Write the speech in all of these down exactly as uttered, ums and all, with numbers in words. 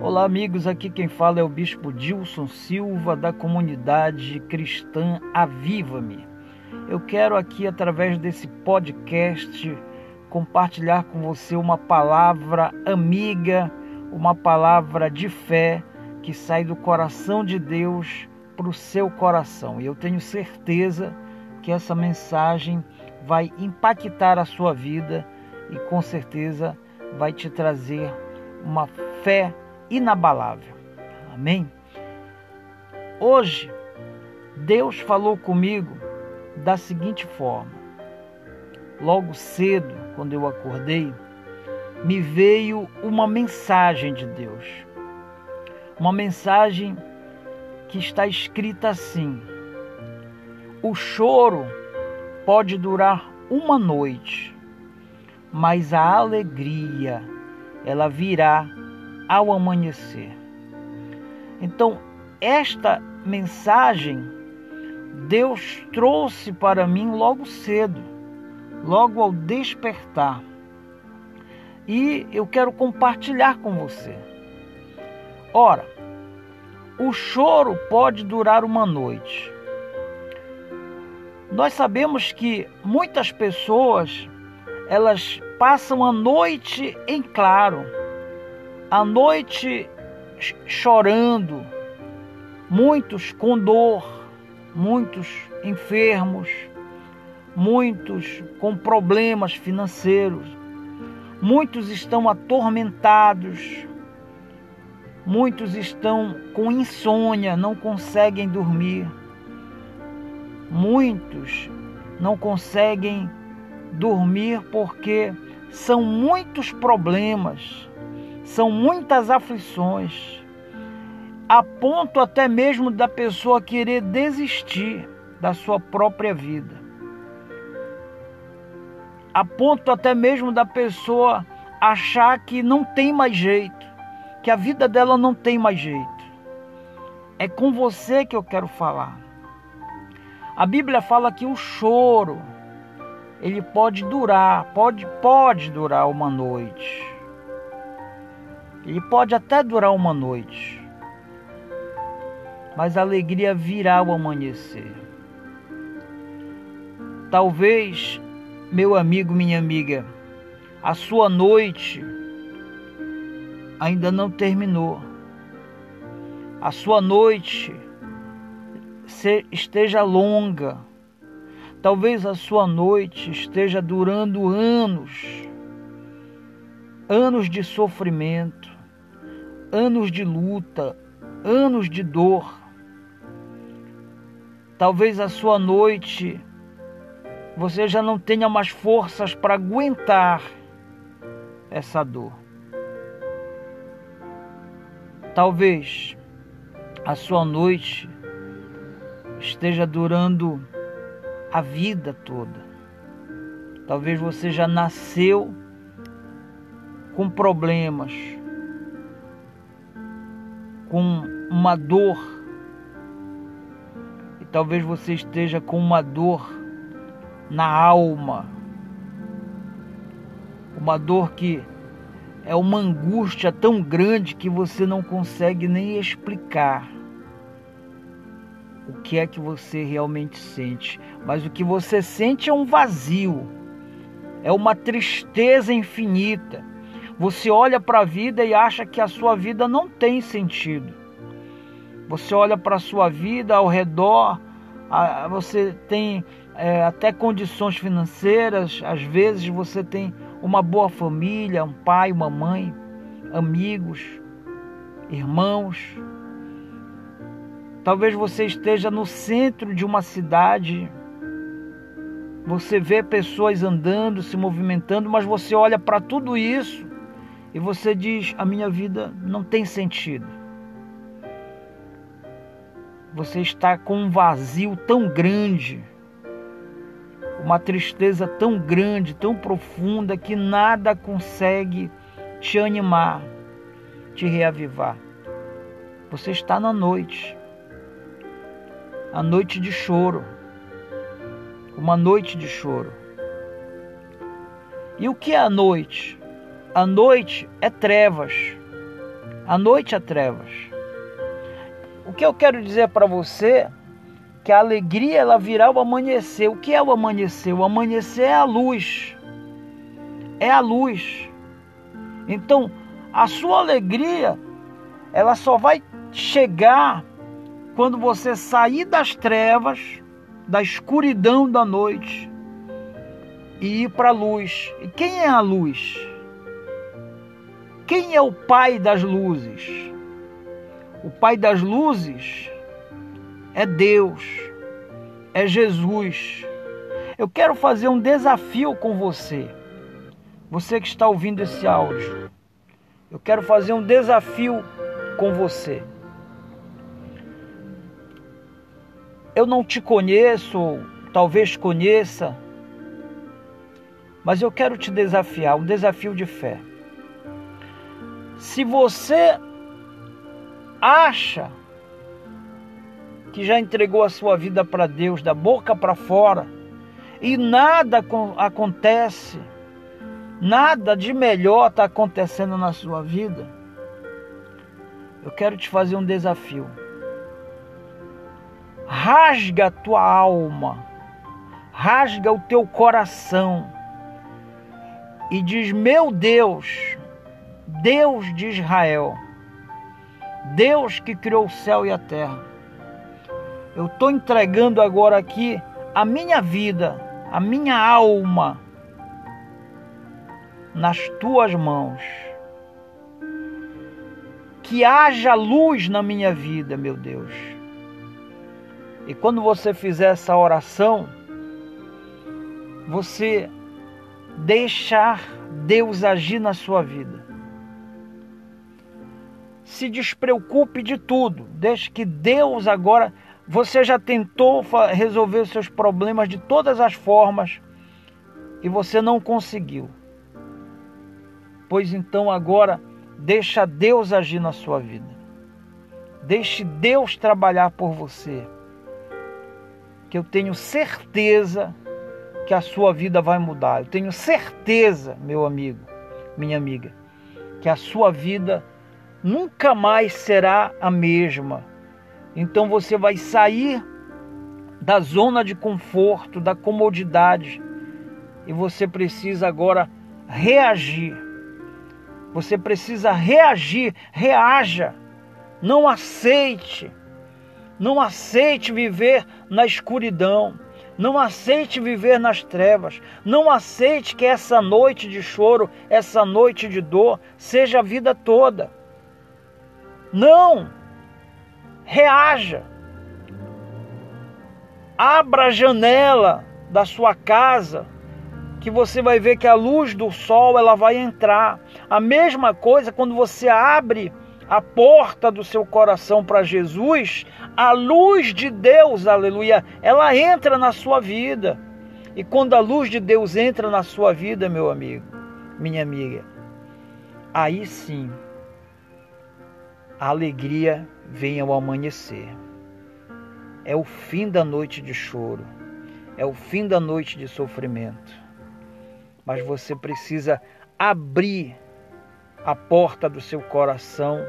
Olá amigos, aqui quem fala é o Bispo Dilson Silva da comunidade cristã Aviva-me. Eu quero aqui através desse podcast compartilhar com você uma palavra amiga, uma palavra de fé que sai do coração de Deus para o seu coração. E eu tenho certeza que essa mensagem vai impactar a sua vida e com certeza vai te trazer uma fé inabalável. Amém? Hoje, Deus falou comigo da seguinte forma. Logo cedo, quando eu acordei, me veio uma mensagem de Deus. Uma mensagem que está escrita assim: o choro pode durar uma noite, mas a alegria, ela virá ao amanhecer. Então, esta mensagem Deus trouxe para mim logo cedo, logo ao despertar. E eu quero compartilhar com você. Ora, o choro pode durar uma noite. Nós sabemos que muitas pessoas, elas passam a noite em claro, a noite chorando, muitos com dor, muitos enfermos, muitos com problemas financeiros, muitos estão atormentados, muitos estão com insônia, não conseguem dormir, muitos não conseguem dormir porque são muitos problemas, são muitas aflições, a ponto até mesmo da pessoa querer desistir da sua própria vida, a ponto até mesmo da pessoa achar que não tem mais jeito, que a vida dela não tem mais jeito. É com você que eu quero falar. A Bíblia fala que o choro, ele pode durar, pode, pode durar uma noite. Ele pode até durar uma noite, mas a alegria virá ao amanhecer. Talvez, meu amigo, minha amiga, a sua noite ainda não terminou. A sua noite esteja longa. Talvez a sua noite esteja durando anos, anos de sofrimento, anos de luta, anos de dor. Talvez a sua noite você já não tenha mais forças para aguentar essa dor. Talvez a sua noite esteja durando a vida toda. Talvez você já nasceu com problemas, com uma dor, e talvez você esteja com uma dor na alma, uma dor que é uma angústia tão grande que você não consegue nem explicar o que é que você realmente sente. Mas o que você sente é um vazio, é uma tristeza infinita. Você olha para a vida e acha que a sua vida não tem sentido. Você olha para a sua vida ao redor, você tem é, até condições financeiras, às vezes você tem uma boa família, um pai, uma mãe, amigos, irmãos. Talvez você esteja no centro de uma cidade, você vê pessoas andando, se movimentando, mas você olha para tudo isso e você diz: a minha vida não tem sentido. Você está com um vazio tão grande, uma tristeza tão grande, tão profunda, que nada consegue te animar, te reavivar. Você está na noite, a noite de choro, uma noite de choro. E o que é a noite? A noite é trevas. A noite é trevas. O que eu quero dizer para você, que a alegria ela virá ao amanhecer. O que é o amanhecer? O amanhecer é a luz. É a luz. Então, a sua alegria, ela só vai chegar quando você sair das trevas, da escuridão da noite e ir para a luz. E quem é a luz? Quem é o Pai das luzes? O Pai das luzes é Deus, é Jesus. Eu quero fazer um desafio com você, você que está ouvindo esse áudio. Eu quero fazer um desafio com você. Eu não te conheço, talvez conheça, mas eu quero te desafiar, um desafio de fé. Se você acha que já entregou a sua vida para Deus, da boca para fora, e nada acontece, nada de melhor está acontecendo na sua vida, eu quero te fazer um desafio. Rasga a tua alma, rasga o teu coração e diz: meu Deus, Deus de Israel, Deus que criou o céu e a terra, eu estou entregando agora aqui a minha vida, a minha alma nas tuas mãos. Que haja luz na minha vida, meu Deus. E quando você fizer essa oração, você deixar Deus agir na sua vida. Se despreocupe de tudo. Deixe que Deus agora... Você já tentou resolver os seus problemas de todas as formas e você não conseguiu. Pois então agora deixa Deus agir na sua vida. Deixe Deus trabalhar por você. Que eu tenho certeza que a sua vida vai mudar. Eu tenho certeza, meu amigo, minha amiga, que a sua vida nunca mais será a mesma. Então você vai sair da zona de conforto, da comodidade, e você precisa agora reagir. Você precisa reagir, reaja. Não aceite, não aceite viver na escuridão. Não aceite viver nas trevas. Não aceite que essa noite de choro, essa noite de dor, seja a vida toda. Não! Reaja. Abra a janela da sua casa, que você vai ver que a luz do sol ela vai entrar. A mesma coisa quando você abre a porta do seu coração para Jesus, a luz de Deus, aleluia, ela entra na sua vida. E quando a luz de Deus entra na sua vida, meu amigo, minha amiga, aí sim a alegria vem ao amanhecer. É o fim da noite de choro, é o fim da noite de sofrimento. Mas você precisa abrir a porta do seu coração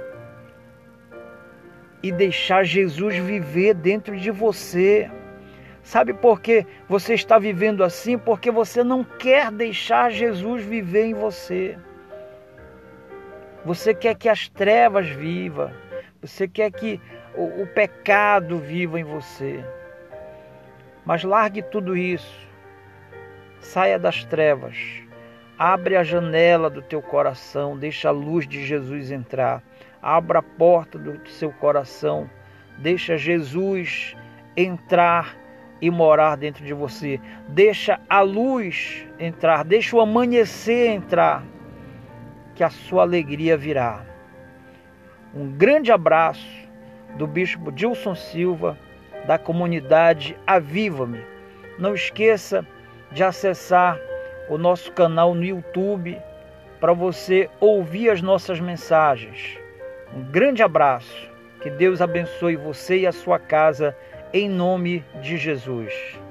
e deixar Jesus viver dentro de você. Sabe por que você está vivendo assim? Porque você não quer deixar Jesus viver em você. Você quer que as trevas vivam. Você quer que o, o pecado viva em você. Mas largue tudo isso. Saia das trevas. Abre a janela do teu coração. Deixa a luz de Jesus entrar. Abra a porta do seu coração. Deixa Jesus entrar e morar dentro de você. Deixa a luz entrar. Deixa o amanhecer entrar. Que a sua alegria virá. Um grande abraço do Bispo Dilson Silva, da comunidade Aviva-me. Não esqueça de acessar o nosso canal no YouTube para você ouvir as nossas mensagens. Um grande abraço. Que Deus abençoe você e a sua casa, em nome de Jesus.